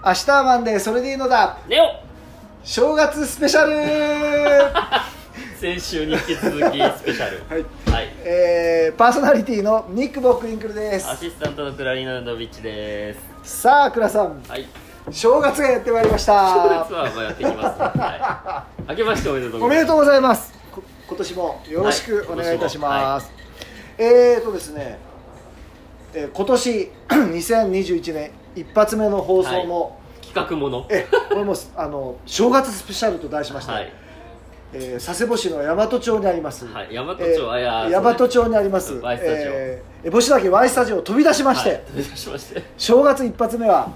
明日はマンデー、それでいいのだ。 ネオ正月スペシャル先週に引き続きスペシャルはい、 はい、 パーソナリティのニック・ボックリンクルです。 アシスタントのクラリナ・ドビッチです。 さあ倉さん、 はい、 正月がやってまいりました。 正月はまあやってきますね、はい、明けましておめでとうございます。 おめでとうございます。今年もよろしくお願いいたします、はい、ですね、今年2021年一発目の放送も、はい、 企画ものこれも正月スペシャルと題しまして、はい、佐世保市の大和町にあります、 はい、大和町、 大和町にあります Y スタジオ、 烏帽子岳 Y スタジオを飛び出しまして、はい、 飛び出しまして正月一発目は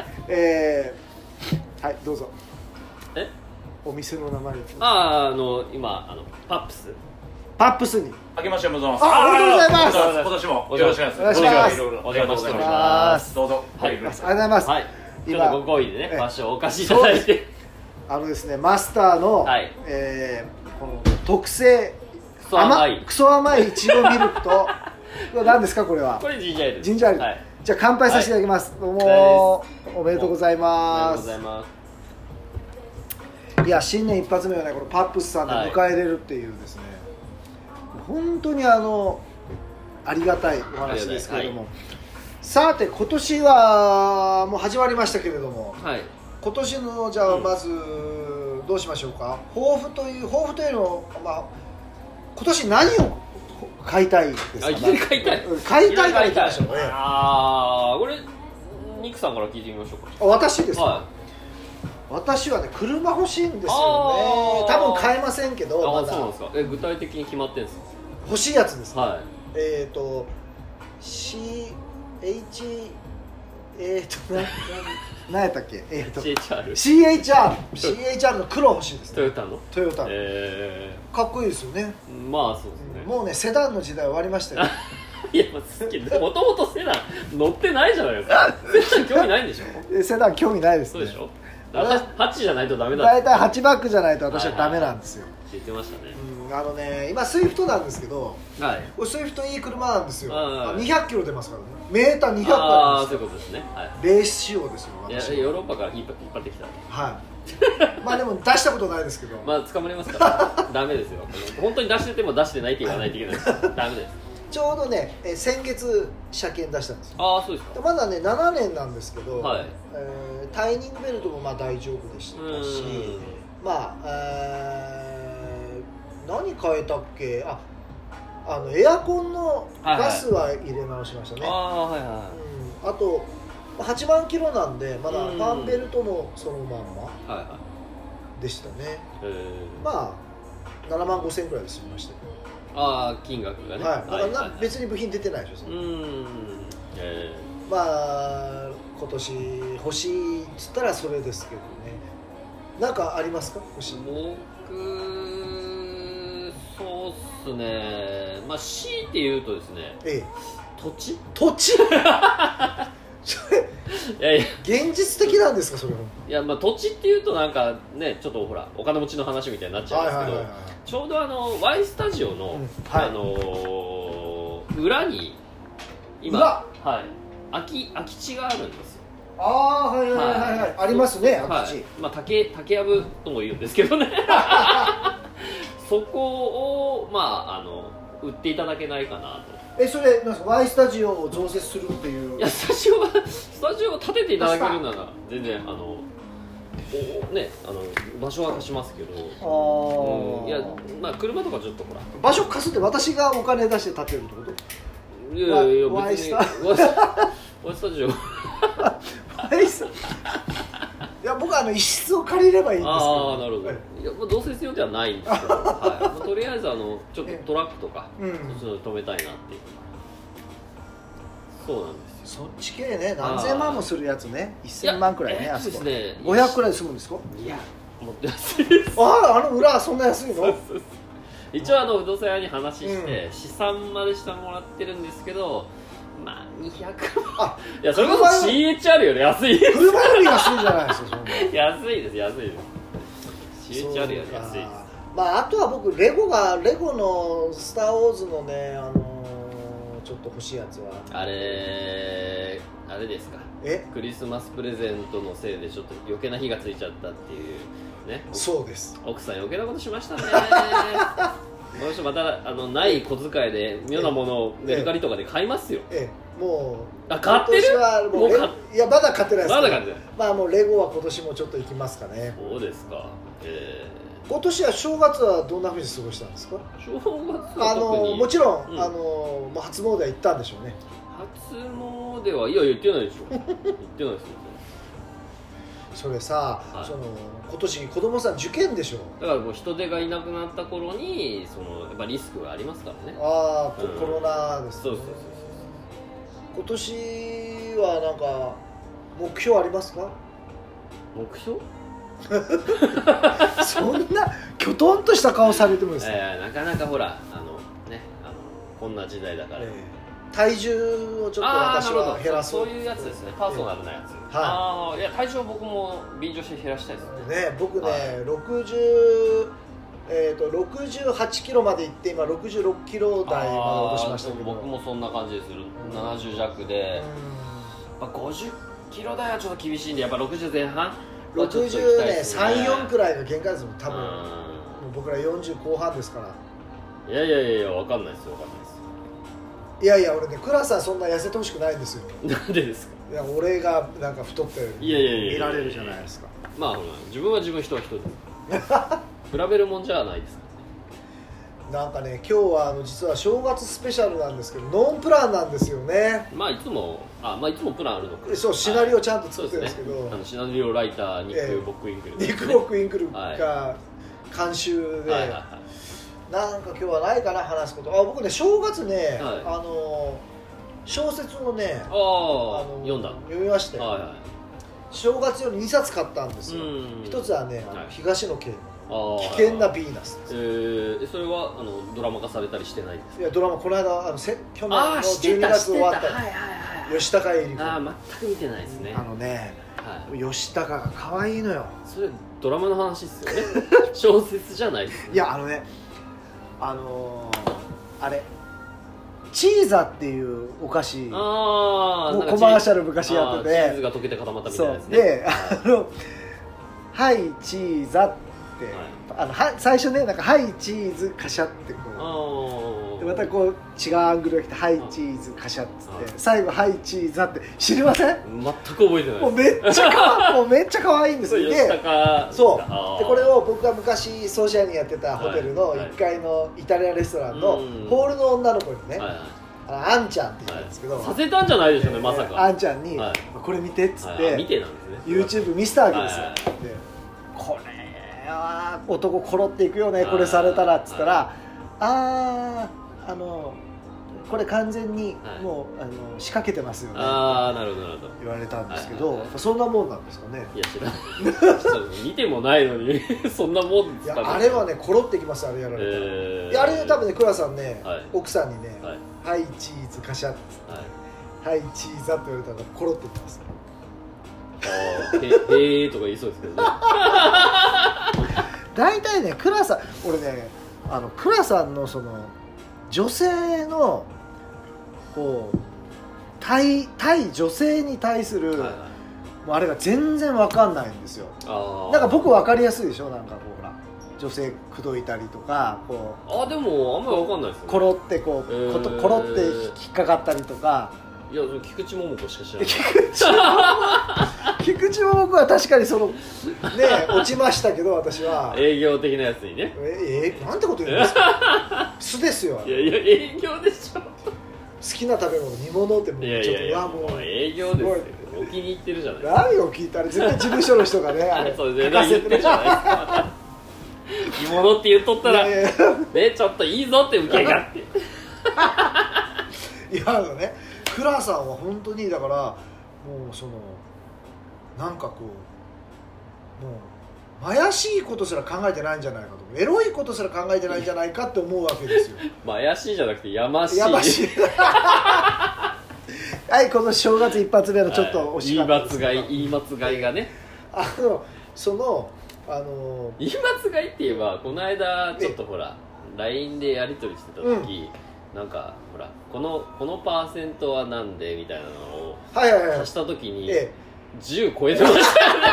はいどうぞ。お店の名前です。 今パップスに明けましておめでとうございます。 おめでとうございます。 今年もよろしくお願いします。 お願いします。 お邪魔しております。 どうぞ。 はい、ありがとうございます。 はい、ちょっとご好意でね、場所をお貸しいただいて、 ですね、マスターの、 はい、 この特製クソ甘いいちごミルクとこれ何ですかこれは。 これジンジャーエール。 ジンジャーエール、はい、じゃあ乾杯させていただきます、はい、どうもおめでとうございます。 おめでとうございます。 いや新年一発目はねこのパップスさんで迎え入れるっていうですね、はい、本当にありがたいお話ですけれども、はい、さて今年はもう始まりましたけれども、はい、今年のじゃあまずどうしましょうか。抱負というのを、今年何を買いたいですか。 いきなり買いたいからいきましょうね。 これニックさんから聞いてみましょうか。 私ですか、 はい、 私はね車欲しいんですよね。多分買えませんけどまだ。 そうなんですか。具体的に決まってるんですか。 欲しいやつですね、 はい、 何やったっけ、 CHR の黒欲しいですね。トヨタの、かっこいいですよね。 まあそうですね、 もうねセダンの時代終わりましたよいや好きでもともとセダン乗ってないじゃないですか。セダン興味ないんでしょ。 セダン興味ないですね。 そうでしょ。8じゃないとダメだ。 大体8バックじゃないと私はダメなんですよ。 言ってましたね。 今スイフトなんですけど、はい、スイフトいい車なんですよ。200キロ出ますからね。メーター200キロあるんですよ。 そういうことですね、はい、 レース仕様ですよ。 私ヨーロッパから引っ張ってきた。 はいでも出したことないですけど捕まりますからダメですよ。本当に出してても出してないって言わないといけないです。ダメです。 ちょうどね、先月車検出したんですよ。 そうですか。 まだね7年なんですけど、 はい、 タイニングベルトも大丈夫でしたし、何変えたっけ。エアコンのガスは入れ直しましたね。あと8万キロなんでまだファンベルトもそのまんまでしたね。7万5千円くらいで済みましたけど。 金額がね。 だから別に部品出てないでしょ。今年欲しいっつったらそれですけどね。なんかありますか欲しい。 僕そうっすね、強いて言うとですね、土地それ現実的なんですかそれも。 いや土地っていうとなんかねちょっとほらお金持ちの話みたいになっちゃうんですけど、ちょうどY スタジオの、裏に今空き地があるんですよ。 ありますね空き地。 竹やぶとも言うんですけどねそこを売っていただけないかなと。 それなんですか Y スタジオを増設するっていう。 いやスタジオを建てていただけるなら全然場所は貸しますけど、いや車とかちょっとほら場所貸すって私がお金出して建てるってこと。 いや別に Y スタジオいや僕は一室を借りればいいんですけど。 なるほど。いや同棲必要ではないんですけど、とりあえずちょっとトラックとかそういうの止めたいなっていう。そうなんですよ。 そっち系ね。何千万もするやつね。1000万くらいね。 そうですね。 500くらいで済むんですか。 いやもっと安いです。 裏そんな安いの。 一応不動産屋に話して試算までしてもらってるんですけど、200万。いやそれこそ CHR より安いです。 車より安いじゃないですか。 安いです。CHR より安いです。 あとは僕レゴのスター・ウォーズのねちょょっと欲しいやつは。 あれですか、クリスマスプレゼントのせいでちょっと余計な火がついちゃったっていうね。 そうです。 奥さん余計なことしましたねこの人またない小遣いで妙なものをメルカリとかで買いますよ。 もう買ってる？ もういやまだ買ってないです。 まだ買ってない。 まあもうレゴは今年もちょっと行きますかね。 そうですか。 今年は正月はどんなふうに過ごしたんですか？ 正月は特にもちろん、初詣は行ったんでしょうね。 初詣はいや行ってないでしょ行ってないですよ。 それさ、今年子供さん受験でしょ。 だからもう人手がいなくなった頃にやっぱリスクがありますからね。 コロナですね。 そう今年はなんか目標ありますか？ 目標そんなきょとんとした顔されてもですね、 なかなかほらこんな時代だから、 体重をちょっと私は減らそう。 そういうやつですね、パーソナルなやつ。いや体重は僕も便乗して減らしたいですね。 僕ね、68キロまでいって今66キロ台まで落としましたけど、 僕もそんな感じです。70弱で、50キロ台はちょっと厳しいんで、やっぱ60前半 60ね、3、4くらいが限界ですもん多分。もう僕ら40後半ですから。 いや分かんないです。 いや俺ね、倉さんそんな痩せてほしくないんですよ。 なんでですか？ いや俺がなんか太って見られるじゃないですか。 まあ自分は自分、人は人です比べるもんじゃないですか。 なんかね、今日は実は正月スペシャルなんですけどノンプランなんですよね。 いつもプランあるのか。 そう、シナリオちゃんと作ってるんですけど、 シナリオライターニック・ボック・インクル、 ニック・ボック・インクルが監修で、なんか今日はないかな話すこと。僕ね、正月ね、小説をね読みまして、正月用に2冊買ったんですよ。一つはね、東野圭吾危険なヴィーナスです。それはドラマ化されたりしてないですか？ いや、ドラマこの間去年の12月終わった吉高由里子。 全く見てないですね。 吉高が可愛いのよ。 それドラマの話ですよね小説じゃないですね。 いやあれチーザっていうお菓子もうコマーシャル昔やってて、 チーズが溶けて固まったみたいなやつね。 ではいチーザって、最初ね、なんかはいチーズカシャってこうでまたこう違うアングルが来てはいチーズカシャっつって最後はいチーザって知りません？ 全く覚えてない。 もうめっちゃ可愛いんですよ。でこれを僕が昔ソーシャルにやってたホテルの1階のイタリアンレストランのホールの女の子にね、あんちゃんって言うんですけど、 させたんじゃないでしょうね、まさか。 あんちゃんにこれ見てっつって見てなんですね、 YouTube 見せたわけですよ。でこれは男コロっていくよねこれされたらっつったら、これ完全にもう仕掛けてますよねなるほど言われたんですけど、そんなもんなんですかね。 いや知らない見てもないのにそんなもんですかね。 あれはねコロってきます、あれやられたら。あれ多分ね、倉さんね、奥さんにねはいチーズカシャッつってはいチーザって言われたらコロってきます。 へーとか言いそうですけどね大体ね、倉さん、俺ね倉さんのその女性のこう対女性に対する、もうあれが全然わかんないんですよ。なんか僕分かりやすいでしょ、なんかこうほら女性口説いたりとかこうでもあんまり分かんないですね。 コロってこう、コロって引っかかったりとか。 いや菊池桃子しか知らない。 菊池桃子は確かにそのね落ちましたけど、私は営業的なやつにね。 なんてこと言うんですか素ですよ。 いや営業でしょ。好きな食べ物煮物ってもうちょっともう営業ですよ。お気に入ってるじゃないですか。何を聞いたら絶対事務所の人がねそう全然言ってるじゃないですか煮物って言っとったらね、ちょっといいぞって受けがっていやね、倉さんは本当にだからもうそのなんかこうもうまやしいことすら考えてないんじゃないかと、エロいことすら考えてないんじゃないかって思うわけですよ。 まやしいじゃなくてやましい。 はい、この正月一発目のちょっとおしかったですけど、 言い間違いがね、 その言い間違いって言えばこの間ちょっとほら LINE でやり取りしてた時、 なんかほらこのパーセントはなんでみたいなのを足した時に10超えてましたよね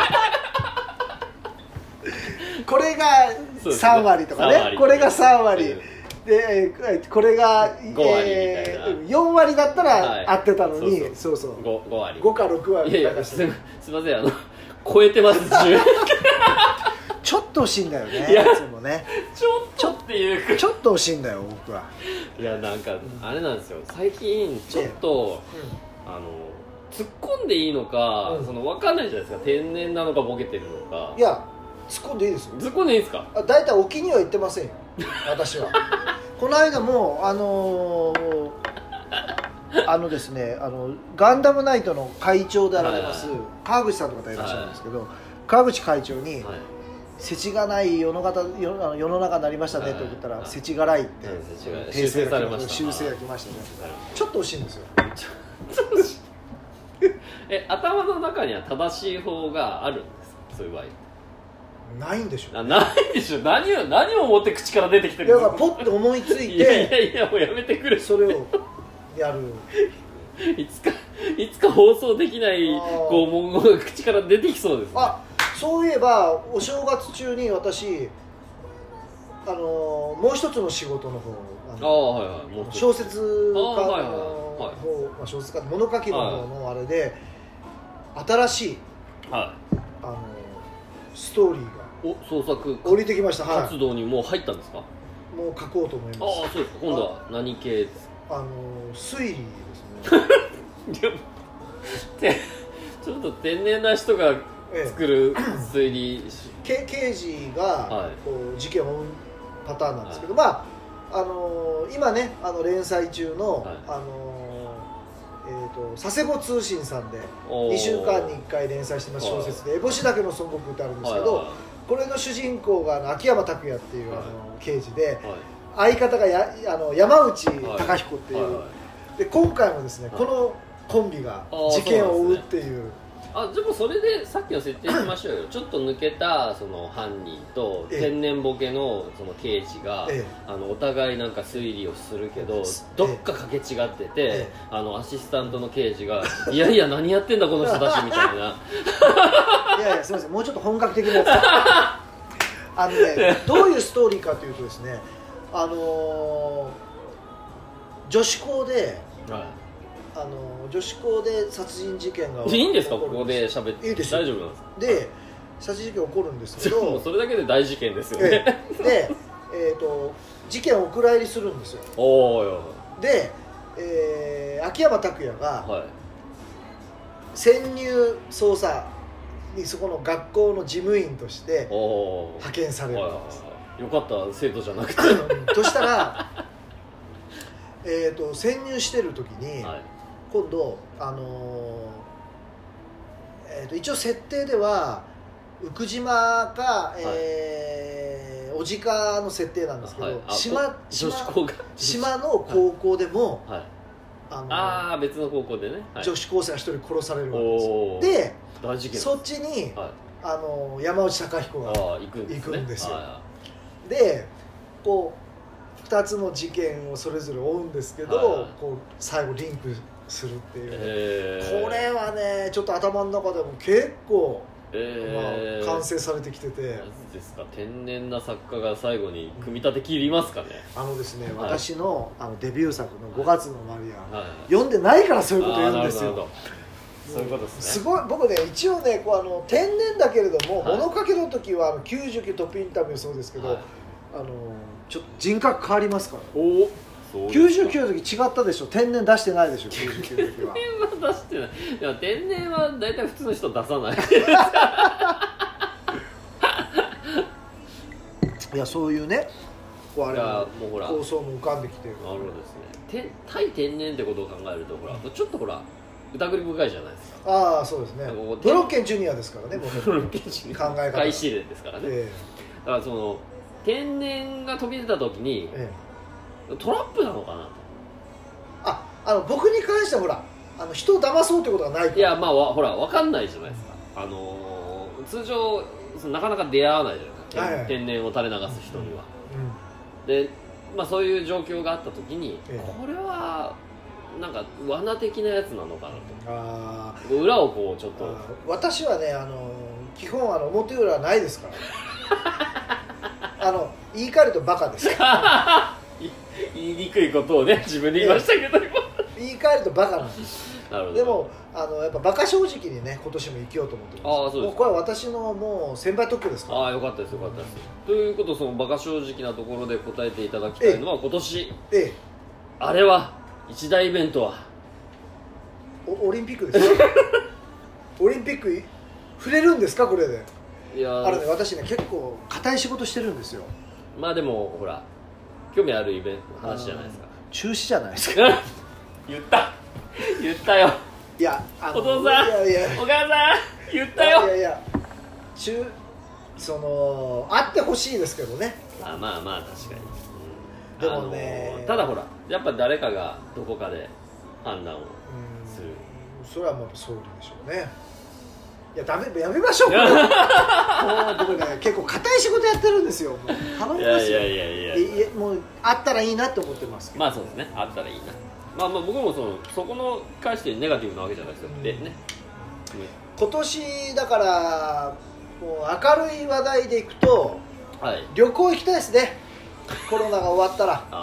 これが3割とかね、これが3割でこれが 5割みたいな、 4割だったら合ってたのに、そうそう 5割 5か6割。 いやすいません超えてます10 ちょっと惜しいんだよね。 いやいつもねちょっとっていうかちょっと惜しいんだよ僕は。 いやなんかあれなんですよ最近ちょっと、突っ込んでいいのか、その分かんないじゃないですか、天然なのかボケてるのか。 いや突っ込んでいいですよ。 突っ込んでいいですか。 だいたい沖には行ってませんよ私はこの間もですねガンダムナイトの会長であられます、川口さんという方いらっしゃるんですけど、川口会長に、世知がない世の中になりましたねと言ったら、世知辛いって修正されました。 修正が来ましたね。ちょっと惜しいんですよ頭の中には正しい方があるんですか、そういう場合。 ないんでしょ。 ないでしょ。何を持って口から出てきてるんですか。 だからポッと思いついていやもうやめてくれ、 それをやるいつか放送できない拷問が口から出てきそうですね。 そういえばお正月中に私もう一つの仕事の方、小説家の方、小説家物書きの方のあれで、新しい、ストーリーが創作降りてきました。 活動にもう入ったんですか。 もう書こうと思います。 そうですか。今度は何系ですか。 推理ですねちょっと天然な人が作る推理、 刑事がこう事件を追うパターンなんですけど、今ね連載中の、佐世保通信さんで2週間に1回連載してます小説で「烏帽子岳の孫悟空」ってあるんですけど、これの主人公が秋山拓也っていう刑事で、相方が山内貴彦っていう、で今回もですねこのコンビが事件を追うっていう。 でもそれでさっきの設定しましょうよちょっと抜けたその犯人と天然ボケのその刑事が、お互いなんか推理をするけど、どっか掛け違ってて、アシスタントの刑事がいやいや何やってんだこの人たちみたいないやすみません、もうちょっと本格的なやつどういうストーリーかというとですね、女子校で、女子校で殺人事件が起こる。 いいんですか、ここで喋って。いいですよ、大丈夫なんですか。 で殺人事件起こるんですけどそれだけで大事件ですよね。 で、事件をお蔵入りするんですよ。で、秋山拓也が、潜入捜査にそこの学校の事務員として派遣されるんです。 よかった、生徒じゃなくてそしたら潜入してる時に、今度一応設定では生島か、小値賀の設定なんですけど、島の高校でも、 別の高校でね、 女子高生が一人殺されるわけですよ。でそっちに、山内貴彦が行くんですよ。でこう2つの事件をそれぞれ追うんですけど、こう最後リンクするっていう、これはねちょっと頭の中でも結構、完成されてきてて。 マジですか。天然な作家が最後に組み立て切りますかね。 ですね、私のデビュー作の5月のマリア、読んでないからそういうこと言うんですよ。 そういうことですね。 すごい僕ね、一応ねこう天然だけれども、物書きの時は99トップインタビューそうですけど、ちょっと人格変わりますから。99の時違ったでしょ。天然出してないでしょ99の時は。 天然は出してない。いや天然は大体普通の人出さないいやそういうね、こうあれも構想も浮かんできてる。 なるほどですね。対天然ってことを考えると、ほらちょっとほら疑り深いじゃないですか。 そうですね。ブロッケンジュニアですからね。 ブロッケンジュニア考え方開始例ですからね。だからその天然が飛び出た時に、トラップなのかなと。 僕に関してはほら人を騙そうってことがないから。 いやほら分かんないじゃないですか。通常なかなか出会わないじゃないですか、天然を垂れ流す人には。でまあ、そういう状況があった時に、これはなんか罠的なやつなのかなと。裏をこうちょっと私はね基本表裏はないですから言い換えるとバカですから言いにくいことをね自分で言いましたけど、 言い換えるとバカなんです。 なるほど。 でもやっぱバカ正直にね今年も生きようと思ってます。 そうです。 もうこれは私のもう先輩特許ですから。 よかったですよかったです、ということそのバカ正直なところで答えていただきたいのは今年、あれは一大イベントはオリンピックですオリンピック触れるんですかこれで。いや私ね結構固い仕事してるんですよ。 まあでもほら興味あるイベントの話じゃないですか。 中止じゃないですか言ったよ。 いやお父さんお母さん言ったよ。 いやあってほしいですけどね。 まあ確かに、 でもねただほらやっぱ誰かがどこかで判断をする。 それはもう総理でしょうね。いややめましょうもう僕ね結構固い仕事やってるんですよ。もう頼みますよ。いやもうあったらいいなって思ってます。 まあそうですね、あったらいいな。まあ僕もそこの関してネガティブなわけじゃないですよ、でね、 今年だからもう明るい話題でいくと、旅行行きたいですねコロナが終わったら。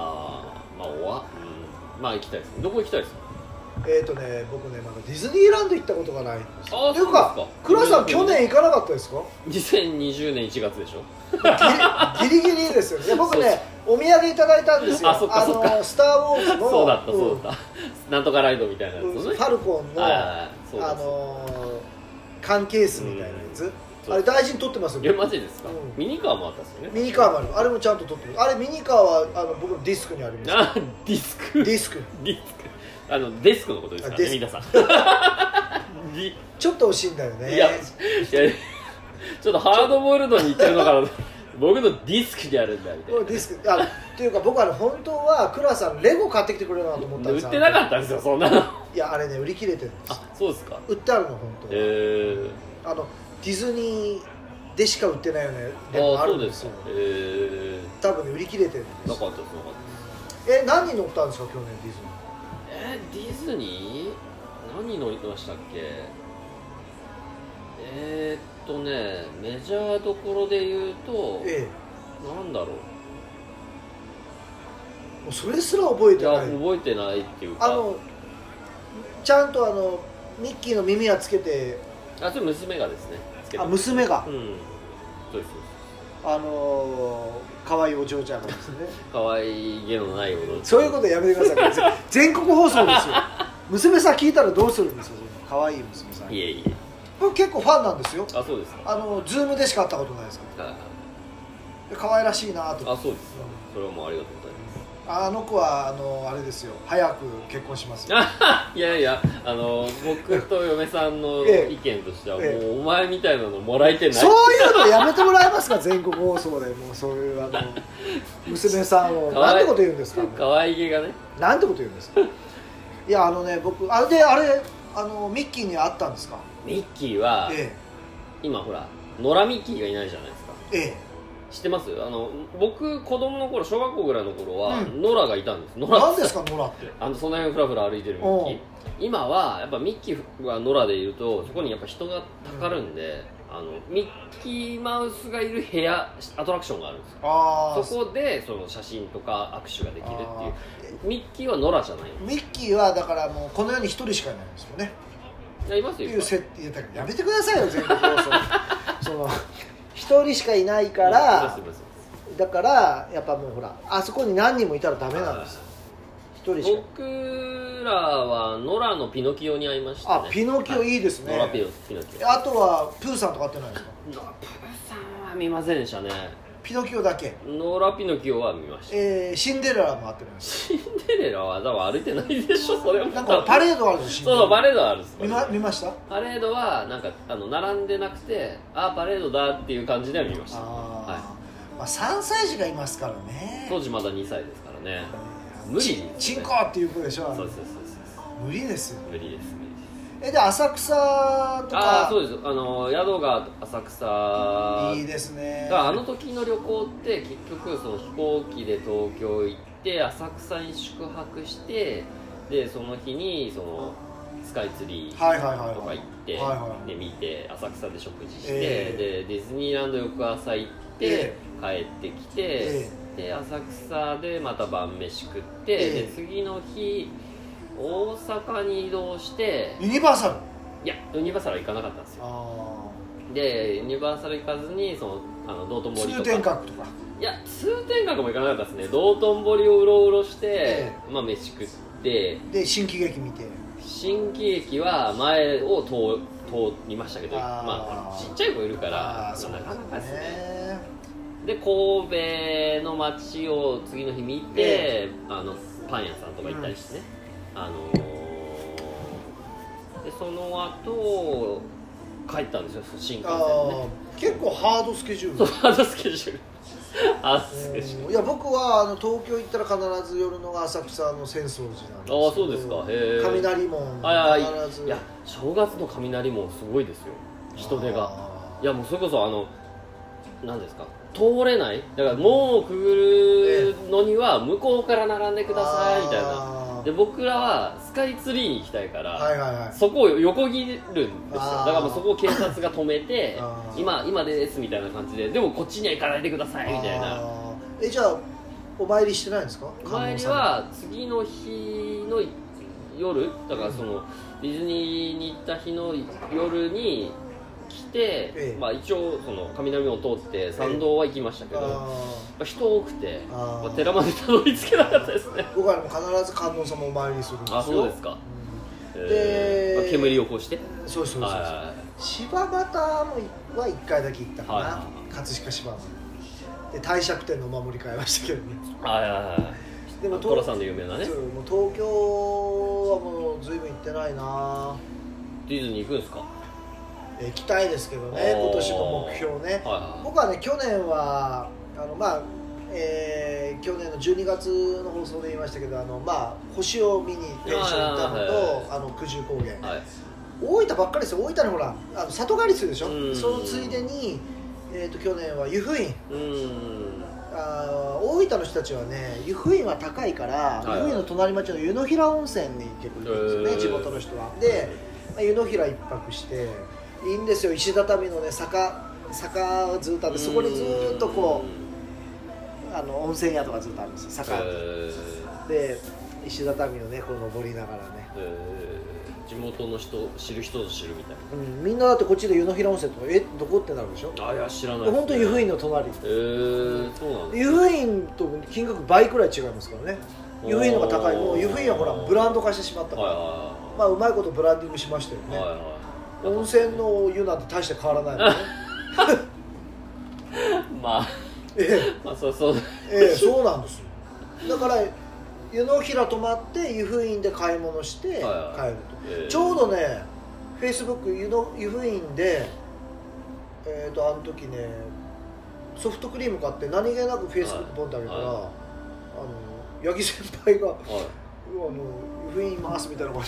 まあ行きたいです。どこ行きたいですか？ 僕ねまだディズニーランド行ったことがないんですよ。というか倉さん去年行かなかったですか ？2020年1月でしょギリギリですよね。僕ねお土産いただいたんですよ。 そっかスター・ウォーズのそうだったなんとかライドみたいなやつね、 ファルコンの缶ケースみたいなやつ、あれ大事に取ってますよ。 マジですか？ミニカーもあったんですよね。 ミニカーもあれもちゃんと取ってます。あれミニカーは僕のディスクにあります。 ディスクデスクのことですかね皆さんちょっと惜しいんだよね。 いやちょっとハードボイルドに言ってるのかな僕のディスクにあるんだみたいな。 ディスクっていうか僕は本当は倉さんレゴ買ってきてくれるなと思ったんです。 売ってなかったんですよそんなの。 いやあれね売り切れてるんです。 そうですか？ 売ってあるの本当。ディズニーでしか売ってないよねでもあるんですよ。多分ね売り切れてるんです。 なかったです。 何に乗ったんですか去年ディズニー。 ディズニー何乗りましたっけ？メジャーどころで言うと、なんだろう。 もうそれすら覚えてない。 覚えてないっていうかちゃんとミッキーの耳はつけて。 それ娘がですねつけて。 娘が。 そうです。 可愛いお嬢ちゃんがですね。 可愛いげのないお嬢ちゃん。 そういうことやめてください。全国放送ですよ。娘さん聞いたらどうするんですか。可愛い娘さん。 いえ。 僕結構ファンなんですよ。 そうですか。 ズームでしか会ったことないですから。可愛らしいなと。 そうですか。それはもうありがとうございます。 あの子はあれですよ。早く結婚しますよ。 いや僕と嫁さんの意見としてはもうお前みたいなのもらえてない。 そういうのやめてもらえますか全国放送でもうそういう娘さんをなんてこと言うんですか。 可愛げがね。 なんてこと言うんですか。いや僕あれミッキーに会ったんですか。 ミッキーは、今ほら野良ミッキーがいないじゃないですか。知ってます？僕子供の頃小学校ぐらいの頃は、野良がいたんです。 何ですか野良って。 その辺フラフラ歩いてるミッキー。今はやっぱミッキーが野良でいるとそこにやっぱ人がたかるんで、ミッキーマウスがいる部屋アトラクションがあるんですよ。そこでその写真とか握手ができるっていう。ミッキーは野良じゃない。 ミッキーはだからもうこの世に一人しかいないんですよね。 いますよ。 やめてくださいよ全国放送。一人しかいないからだからやっぱもうほらあそこに何人もいたらダメなんです。一人しか。 僕らは野良のピノキオに会いましたね。 ピノキオいいですね。 野良ピノキオ。 あとはプーさんとか会ってないですか。 プーさんは見ませんでしたね。 ピノキオだけ。 野良ピノキオは見ました。 シンデレラも会ってないです。 シンデレラは多分歩いてないでしょ。それはなんかパレードあるんです。 そうパレードあるんです。 見ました。 パレードはなんか並んでなくてパレードだっていう感じでは見ました。 3歳児がいますからね。 当時まだ2歳ですからね。無理ですね。 チンコっていう子でしょ。 そう無理ですよ。 無理です。 で浅草とか。 そうです。宿が浅草。 いいですね。 だからあの時の旅行って結局その飛行機で東京行って浅草に宿泊して、でその日にそのスカイツリーとか行ってで見て、浅草で食事して、でディズニーランド翌朝行って帰ってきて、で浅草でまた晩飯食って、で次の日大阪に移動して。 ユニバーサル。 いやユニバーサルは行かなかったんですよ。でユニバーサル行かずにその道頓堀とか。 通天閣とか。 いや通天閣も行かなかったですね。道頓堀をうろうろして、まあ飯食って、 で新喜劇見て。 新喜劇は前を通りましたけど、まあちっちゃい子いるからなかなかですね。で神戸の街を次の日見て、パン屋さんとか行ったりしてね、でその後帰ったんですよ、新幹線でね。 結構ハードスケジュール。 そうハードスケジュールいや僕は東京行ったら必ず寄るのが浅草の浅草寺なんですけど。 そうですか。 雷門必ず。いや正月の雷門すごいですよ、人手が。いやもうそれこそ何ですか、通れない、だから門をくぐるのには向こうから並んでくださいみたいな。で僕らはスカイツリーに行きたいから、そこを横切るんですよ。だからもうそこを警察が止めて今ですみたいな感じで、でもこっちには行かないでくださいみたいな。 じゃあお参りしてないんですか？ お参りは次の日の夜だから、そのディズニーに行った日の夜に来て、まあ一応その雷門を通って参道は行きましたけど、人多くて、寺までたどり着けなかったですね。 僕はも必ず観音様お参りするんですよ。 そうですか。で煙を起こして。 そう柴又は1回だけ行ったかな、葛飾柴又で帝釈天のお守り買いましたけどね。 でも寅さんの有名なね。 もう東京はもう随分行ってないな。 ディズニー行くんですか？ 行きたいですけどね、今年の目標ね。僕はね去年は去年の12月の放送で言いましたけど、星を見にペンション行ったのと九十高原、大分ばっかりですよ。大分にほら里帰りするでしょ。そのついでに、去年は湯布院。大分の人たちはね、湯布院は高いから、湯布院の隣町の湯の平温泉に結構行くんですよね、地元の人は。で湯の平一泊していいんですよ。石畳のね坂がずっとあって、そこにずっとこう温泉宿がずっとあるんですよ、坂で石畳をねこう登りながらね、 地元の人知る人ぞ知るみたいな、 みんなだってこっちで湯の平温泉とかどこってなるでしょ。 いや知らないですね。 本当に湯布院の隣。 そうなんです。 湯布院と金額倍くらい違いますからね。湯布院の方が高い。もう湯布院はほらブランド化してしまったから、うまいことブランディングしましたよね。温泉の湯なんて大して変わらないもんね。 まあそうそうなんですよ。だから湯の平泊まって湯布院で買い物して帰ると、ちょうどねフェイスブック湯布院であの時ねソフトクリーム買って何気なくフェイスブックポンってあげたら、八木先輩が湯布院いますみたいなこと。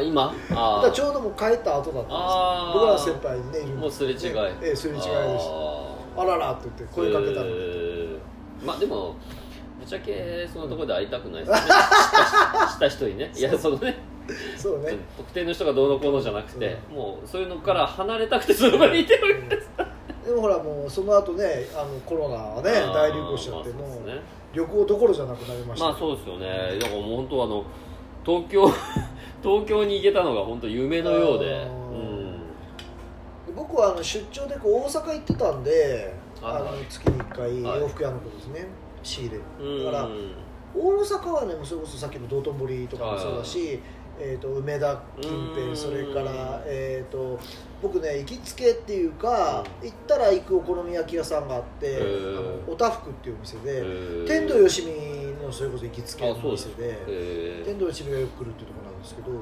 今だちょうどもう帰った後だったんですよ。僕らの先輩にねいるんです。 もうすれ違い。 すれ違いです。あららって言って声かけたの。 まあでもぶっちゃけそんなところで会いたくないですね。した人にね。いやそうね。 そうね。 特定の人がどうのこうのじゃなくて、もうそういうのから離れたくてその場にいてるわけです。 でもほらもうその後ねコロナはね大流行しちゃって、もう旅行どころじゃなくなりました。 まあそうですよね。だからもう本当東京に行けたのが本当夢のようで、 僕は出張で大阪行ってたんで、月に1回洋服屋の子ですね、仕入れだから大阪はねそれこそさっきの道頓堀とかもそうだし、梅田近辺、それから僕ね行きつけっていうか、行ったら行くお好み焼き屋さんがあって、おたふくっていうお店で、天童よしみのそれこそ行きつけのお店で、天童よしみがよく来るっていうところなんですけど、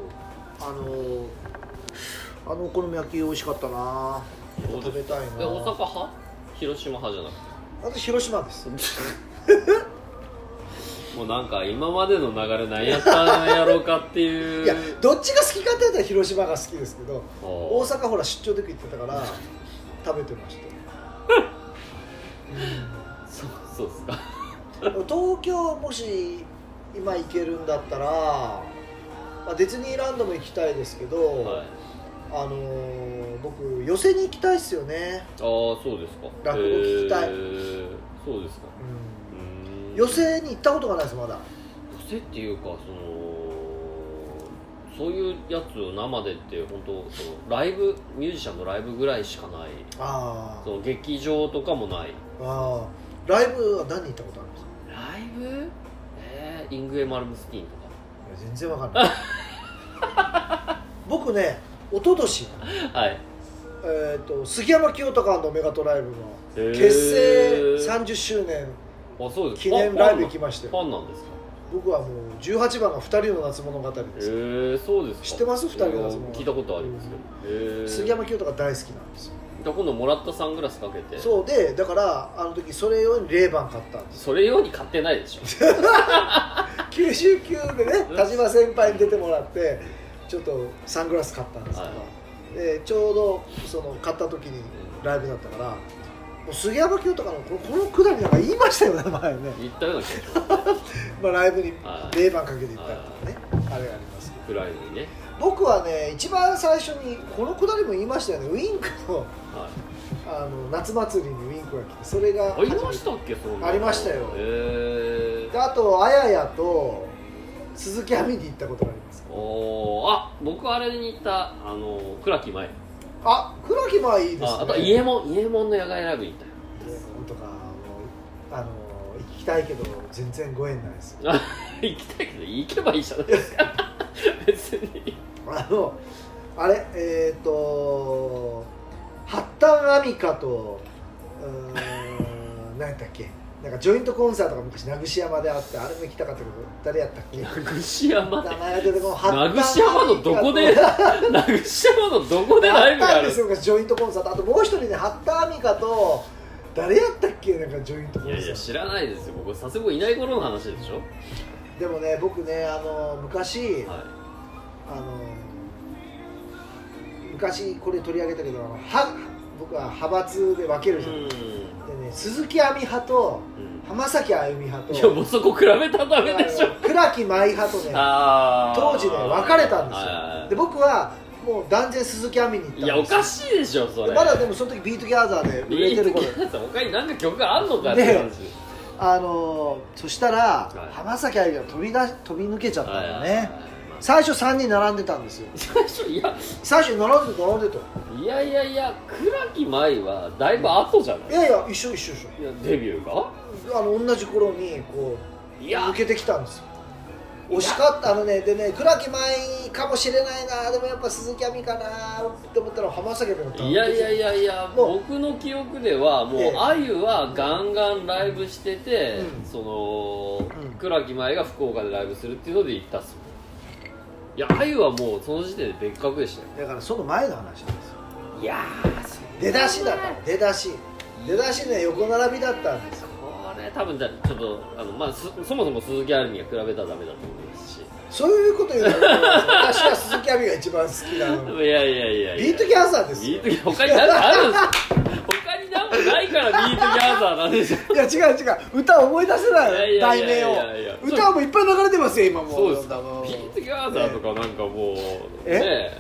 お好み焼き美味しかったな。食べたいな。 大阪派？広島派じゃなくて。 私広島です。 もうなんか今までの流れ何やったんやろうかっていういやどっちが好きかって言ったら広島が好きですけど、大阪ほら出張で行ってたから食べてましたそうですか東京もし今行けるんだったら、まあ、ディズニーランドも行きたいですけど、はい、僕寄席に行きたいですよね。 ああそうですか。 落語聞きたい。 そうですか。 寄席に行ったことがないですまだ。 寄席っていうかそういうやつを生でって本当ライブミュージシャンのライブぐらいしかない。ああ。その劇場とかもない。 ああ。ライブは何に行ったことあるんですか。 ライブ？イングウェ・マルムスティーンとか。 全然わかんない。僕ね、一昨年はい杉山清隆&メガトライブの結成30周年記念ライブ行きまして。 ファンなんですか。 僕はもう18番が2人の夏物語です。 そうですか。 知ってます？2人の夏物語。 聞いたことありますけど。 杉山清隆大好きなんですよ。 今度もらったサングラスかけて。 そうで、だからあの時それ用に0番買ったんです。 それ用に買ってないでしょ。 99でね、田島先輩に出てもらってちょっとサングラス買ったんですけど、はい、でちょうどその買った時にライブだったから、もう杉山清隆のこのくだりなんか言いましたよね前ね。 言ったような気がします、ね。 まあライブに0番かけていったからね、あれがありますけど。 暗いのにね。僕はね一番最初にこのくだりも言いましたよね。ウインクの、はい、夏祭りにウインクが来て、それがありましたっけ。そんなありましたよ。であとあややと鈴木亜美に行ったことがあります。 僕あれに行った倉木舞。 倉木舞いいですね。 あと伊右衛門の野外ライブに行ったよ。 伊右衛門とか行きたいけど全然ご縁ないです。 行きたいけど行けばいいじゃないですか。別にあれ八幡亜美香と何やったっけ、なんかジョイントコンサートが昔名串山であって、あれも行きたかったけど誰やったっけ。 名串山で。 名前が出てこない。 名串山のどこで名串山のどこでライブがあるんですよ。 ジョイントコンサート。あともう一人ね、八幡亜美香と誰やったっけ、なんかジョイントコンサート。 いや知らないですよ。僕佐世保いない頃の話でしょ。 でもね、僕ね昔、はい、昔これ取り上げたけど僕は派閥で分けるじゃないですか。でね、鈴木亜美派と浜崎あゆみ派と、 いやもうそこ比べたらダメでしょ。 倉木舞派とね当時ね分かれたんですよ。で僕はもう断然鈴木亜美に行ったんですよ。 いやおかしいでしょそれ。 まだでもその時ビートギャザーで売れてる頃。 ビートギャザー他に何か曲があんのかって話。 そしたら、浜崎あゆみが飛び抜けちゃったんだよね。最初3人並んでたんですよ。最初並んでと。 いや倉木舞はだいぶ後じゃない。 いや一緒。いやデビューが同じ頃にこう抜けてきたんですよ。惜しかったでね、倉木舞かもしれないな、でもやっぱ鈴木亜美かなって思ったら浜崎あゆみだったんですよ。 いや僕の記憶ではもうあゆはガンガンライブしてて、倉木舞が福岡でライブするっていうので行ったっすよ。いやあゆはもうその時点で別格でしたよ。 だからその前の話なんですよ。 いや出だしだった。出だしね、横並びだったんですよ。 これ多分ちょっとそもそも鈴木亜美が比べたらダメだと思いますし。 そういうこと言うの私は鈴木亜美が一番好きなの。 いやビートギャザーですよ。 他に何かあるんですか。他に何もないからビートギャザーなんですよ。 いや違う歌を思い出せない題名を。歌もいっぱい流れてますよ今もう。 そうですか。ビートギャザーとかなんかもうね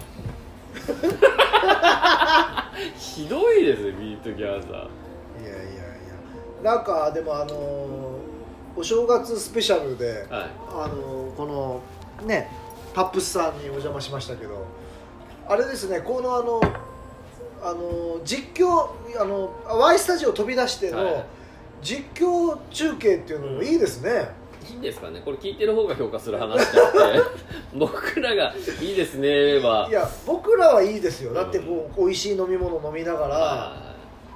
ひどいですねビートギャザー。いやなんかでもお正月スペシャルで、はい、このねパップスさんにお邪魔しましたけど、あれですね、この実況Y スタジオ飛び出しての実況中継っていうのもいいですね。 いいんですかね、これ聞いてる方が評価する話であって僕らがいいですねは、 いや僕らはいいですよ。だってこう美味しい飲み物飲みながら、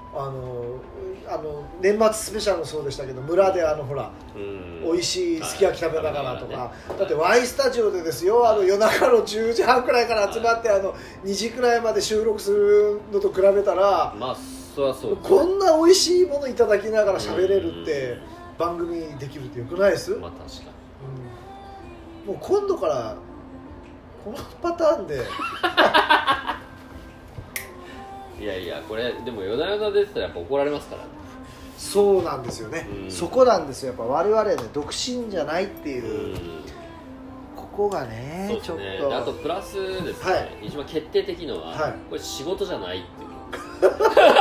年末スペシャルもそうでしたけど、村でほら、美味しいすき焼き食べながらとか、だって Y スタジオでですよ、夜中の10時半くらいから集まって2時くらいまで収録するのと比べたら、 まあそりゃそう、 こんな美味しいものいただきながら喋れるって番組できるってよくないです？ まあ確かに、もう今度からこのパターンでいやいや、これでも夜な夜な出てたらやっぱ怒られますからね。 そうなんですよね、そこなんですよ。やっぱ我々ね独身じゃないっていう、ここがね、 そうですね、 ちょっとあとプラスですね、はい、一番決定的のは、はい、これ仕事じゃないっていう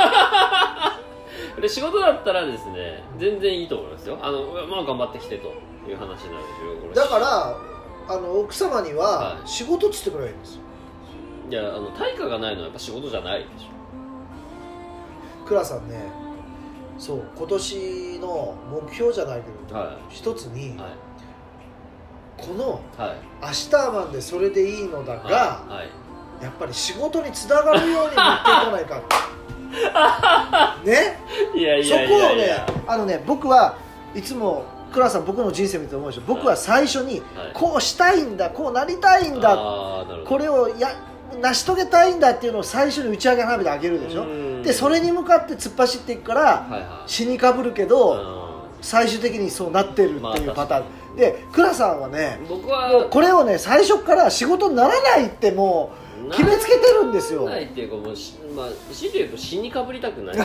これ仕事だったらですね全然いいと思いますよ。まあ頑張ってきてという話になるでしょう。 だから奥様には仕事っつってくればいいんですよ。 いや対価がないのはやっぱ仕事じゃないでしょ。 倉さんね、そう今年の目標じゃないけど、はい、一つに、はい、この、はい、明日はマンでそれでいいのだが、はいはい、やっぱり仕事につながるように持っていかないかね。いやいやいやいや、そこをね僕はいつも倉さん僕の人生見て思うでしょ。僕は最初に、はい、こうしたいんだ、こうなりたいんだ、これを成し遂げたいんだっていうのを最初に打ち上げ花火であげるでしょ。でそれに向かって突っ走っていくから、はいはい、死にかぶるけど最終的にそうなってるっていうパターン、で倉さんはね、僕はもうこれをね最初から仕事にならないってもう決めつけてるんですよ。 ないっていうかもうまあ強いて言うと死にかぶりたくないだ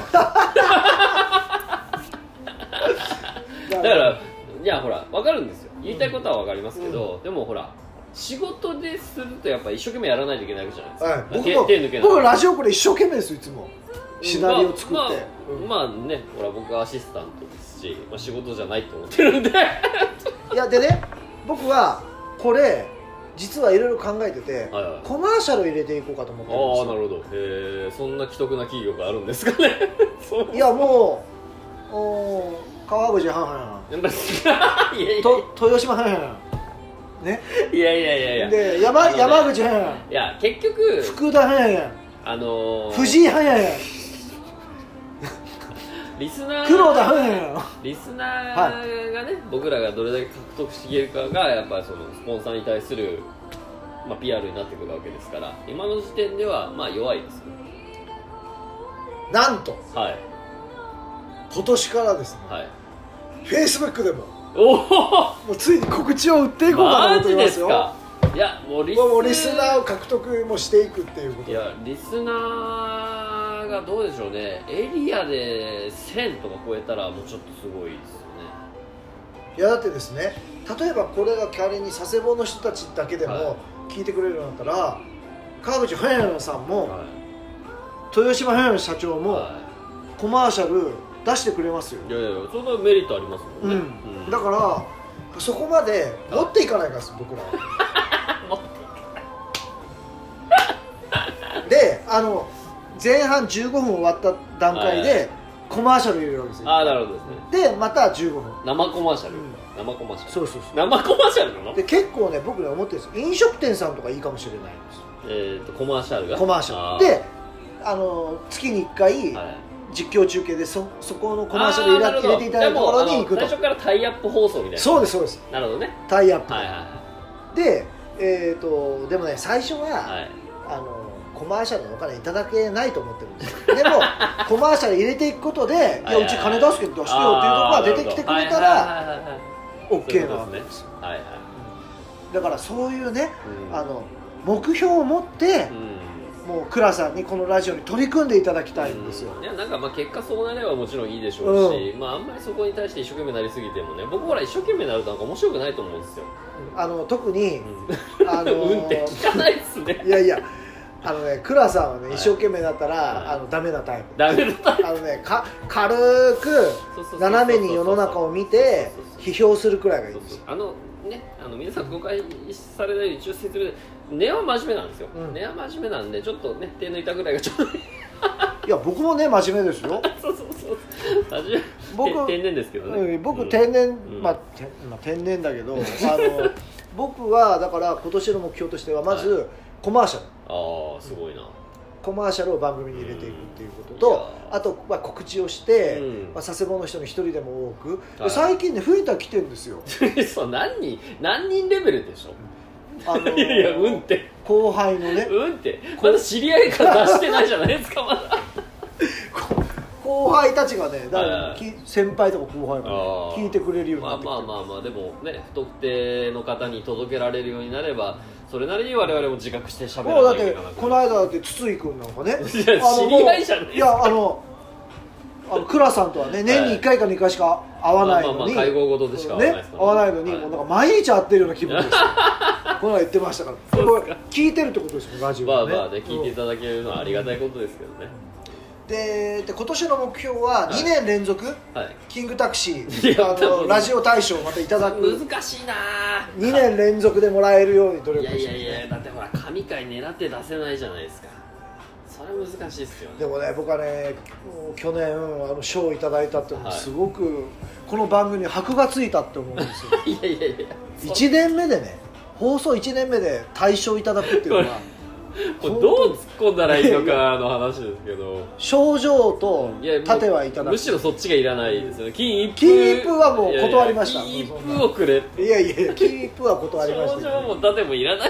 からいやほら分かるんですよ、言いたいことは分かりますけど、でもほら仕事でするとやっぱ一生懸命やらないといけないわけじゃないですか、 はい、僕ラジオこれ一生懸命ですよ。いつもシナリオ作って、 まあね、ほら僕はアシスタントですし、まあ、仕事じゃないと思ってるんでいやでね、僕はこれ実はいろいろ考えてて、はいはい、コマーシャル入れていこうかと思ってるんですよ。 ああ、なるほど。そんな既得な企業があるんですかねいやもう川口はんはん豊島はんはんね、 いやいやいやいやで山口はんやん、 いや結局福田はんやん、藤井はんやん、 リスナー黒田はんやん、 リスナーがね、はい、僕らがどれだけ獲得していけるかがやっぱりそのスポンサーに対する、まあ、PR になってくるわけですから、今の時点ではまあ弱いですよ。 なんと、 はい、 今年からですね、はい、Facebook でももうついに告知を売っていこうかと思っていますよ。 マジですか。いやもうリスナーを獲得もしていくっていうこと。 いやリスナーがどうでしょうね、エリアで1000とか超えたらもうちょっとすごいですよね。 いやだってですね、例えばこれが仮に佐世保の人たちだけでも聞いてくれるようになったら、はい、川口隼人さんも、はい、豊島隼人社長も、はい、コマーシャル出してくれますよ。 いやいやそんなメリットありますもんね、 うん、だからそこまで持っていかないからです僕らはで前半15分終わった段階でコマーシャル入れるわけですよ。 ああなるほどですね。 でまた15分生コマーシャル、生コマーシャル、 そう生コマーシャルなの。 で結構ね僕ね思ってるんですよ、飲食店さんとかいいかもしれないんですよ。 コマーシャルがコマーシャルで月に1回、はい、実況中継でそこのコマーシャル入れていただいたところに行くと。 最初からタイアップ放送みたいな。 そうですそうです。 なるほどね。 タイアップ、 はいはいはい、 ででもね最初は、はい、コマーシャルのお金いただけないと思ってるんですよ。でもコマーシャル入れていくことでいやうち金出すけど出してよっていうところが出てきてくれたら OK なわけですよ。だからそういうね、目標を持って、もう倉さんにこのラジオに取り組んでいただきたいんですよ。 いやなんかまあ結果そうなればもちろんいいでしょうし、まああんまりそこに対して一生懸命なりすぎてもね、僕ほら一生懸命になるとなんか面白くないと思うんですよ。 特に運って聞かないっすね。 いやいや倉さんはね、一生懸命だったら、ダメなタイプ。 ダメなタイプ。 軽く斜めに世の中を見て批評するくらいがいいんですよ。 皆さん誤解されないように一応説明で、根は真面目なんですよ。根は真面目なんでちょっとね手抜いたぐらいがちょうどいい。 いや僕もね真面目ですよ。 そう僕天然ですけどね。 僕天然、天然だけど僕はだから今年の目標としてはまずコマーシャル。 ああすごいな。 コマーシャルを番組に入れていくっていうことと、あと告知をして、佐世保の人に一人でも多く、最近ね増えた来てるんですよ。 そう何人レベルでしょ。いやいや運って後輩のね運ってまだ知り合いから出してないじゃないですかまだ。 後輩たちがね、先輩とか後輩が、ね、聞いてくれるようになってきて、 まあでもね、不特定の方に届けられるようになればそれなりに我々も自覚して喋らないといけなくなる。 この間だって筒井君なんかね、いや知り合いじゃねえ。 いや倉さんとはね年に1回か2回しか会わないのに、 会合ごとでしか会わないですからね、 会わないのに、もうなんか毎日会ってるような気分ですよこの間言ってましたから。これ聞いてるってことですよ、ラジオはね。まあ聞いていただけるのはありがたいことですけどね。 で今年の目標は2年連続、キングタクシーラジオ大賞をまたいただく。 難しいな。 2年連続でもらえるように努力してます。 いやだってほら神回狙って出せないじゃないですか。それは難しいですよね。 でもね、僕はね去年賞をいただいたっていうのはすごく、この番組に箔がついたって思うんですよいや1年目でね、放送1年目で大賞いただくっていうのはこれどう突っ込んだらいいのかの話ですけど、 賞状と盾はいただく。 むしろそっちがいらないですよね。金一封はもう断りました。 金一封をくれ。 いや金一封は断りました。 賞状も盾もいらない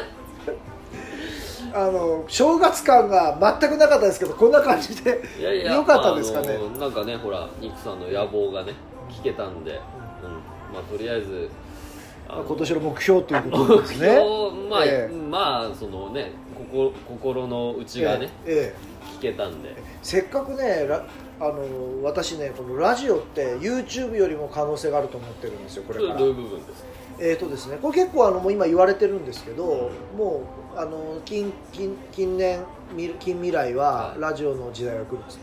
正月感が全くなかったですけど、こんな感じで良かったですかね。 なんかね、ほらニックさんの野望がね聞けたんで、まあとりあえず今年の目標ということですね。 まあそのね、心の内がね、聞けたんで、 せっかくね私ね、このラジオって YouTube よりも可能性があると思ってるんですよ、これから。 どういう部分ですか？ ですね、これ結構もう今言われてるんですけど、もう近未来はラジオの時代が来るっつって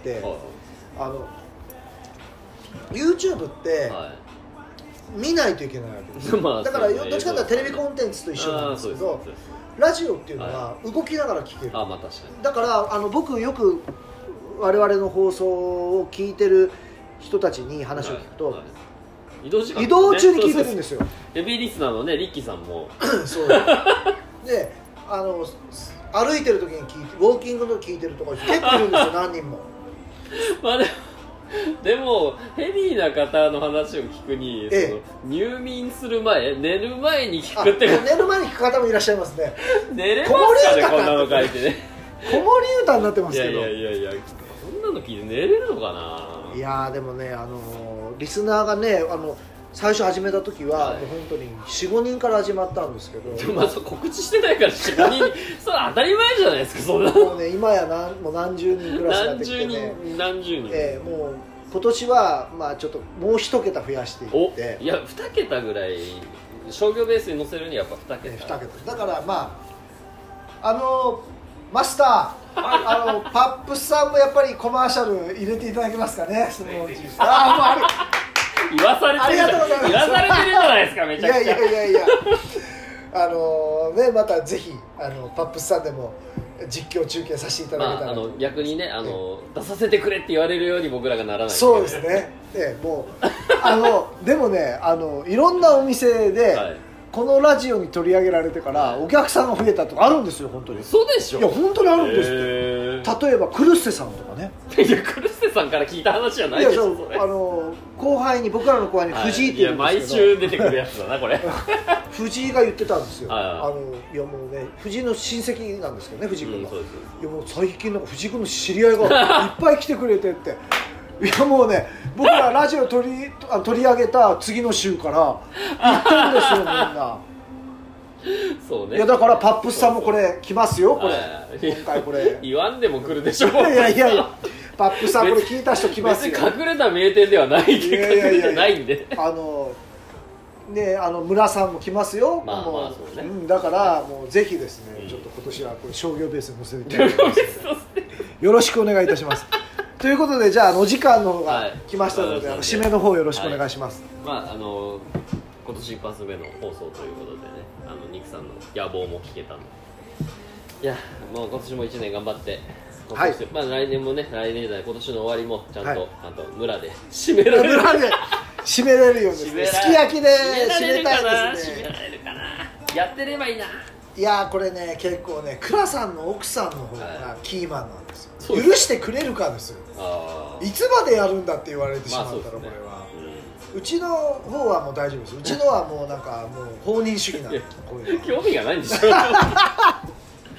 、YouTube って見ないといけないわけですよ。だからどっちかというとテレビコンテンツと一緒なんですけど、ラジオっていうのは動きながら聞ける。だから僕よく我々の放送を聞いてる人たちに話を聞くと、移動中に聞いてるんですよ。 ヘビーリスナーのね、リッキーさんもそうで、歩いてる時に聞いて、ウォーキングの聞いてるとか結構いるんですよ何人もまあでもヘビーな方の話を聞くに、入眠する前、寝る前に聞くって寝る前に聞く方もいらっしゃいますね。 寝れますかね、こんなの書いてね。 子守歌になってますけど。 いやこんなの聞いて寝れるのかな。 いやでもね、リスナーがね、最初始めた時は、もう本当に 4,5 人から始まったんですけど、 でも告知してないから 4,5 人それ当たり前じゃないですか。そんなもうね、今やもう何十人クラスになってきてね、 何十人、 もう今年はまあちょっともう一桁増やしていって、 いや2桁ぐらい商業ベースに乗せるにはやっぱ2桁、 2桁だからまあマスターパップスさんもやっぱりコマーシャル入れていただけますかね、そのうち。 言わされてるじゃないですか、めちゃくちゃ。 いやね、またぜひパップスさんでも実況中継させていただけたら、 逆にね出させてくれって言われるように僕らがならない。 そうですね。もうでもね、いろんなお店で、このラジオに取り上げられてからお客さんが増えたとかあるんですよ、本当に。 そうでしょ。 いや本当にあるんですって。例えばクルッセさんとかね。 いやクルッセさんから聞いた話じゃないでしょ。 僕らの後輩に藤井っていうんですけど、 毎週出てくるやつだなこれ藤井が言ってたんですよ。いやもうね、藤井の親戚なんですけどね、藤井君が。いやもう最近なんか藤井君の知り合いがいっぱい来てくれてって。いやもうね、僕らラジオ取り上げた次の週から行ってるんですよ、みんな。 そうね。 いやだからパップスさんもこれ来ますよ、これ今回これ言わんでも来るでしょ。 いやパップスさんこれ聞いた人来ますよ。 別に隠れた名店ではないんで、隠れてないんで。 ね、村さんも来ますよ。 そうね。 だからもうぜひですね、ちょっと今年はこれ商業ベースに乗せていただきます。よろしくお願いいたします。ということで、じゃあお時間の方が来ましたので、締めの方よろしくお願いします。 まあ今年一発目の放送ということでね、ニクさんの野望も聞けたんで、いやもう今年も1年頑張って、まあ来年もね、来年じゃない今年の終わりもちゃんと村で締められる。 村で締めれるようにですね、すき焼きで締めたいですね。 締められるかな。やってればいいな。 いやこれね、結構ね、倉さんの奥さんの方がキーマンなんですよ。許してくれるかですよ。いつまでやるんだって言われてしまったら、これはうちの方はもう大丈夫です。うちのはもうなんかもう放任主義なんで、こういう興味がないんでしょ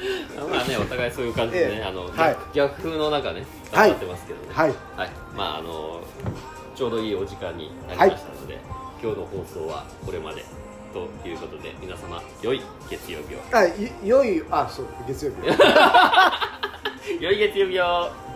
まあね、お互いそういう感じでね、 はい、 逆風の中ね伝わってますけどね、 はい、 はい、まあちょうどいいお時間になりましたので、今日の放送はこれまでということで、皆様良い月曜日を。 良い、そう月曜日。 良い月曜日を。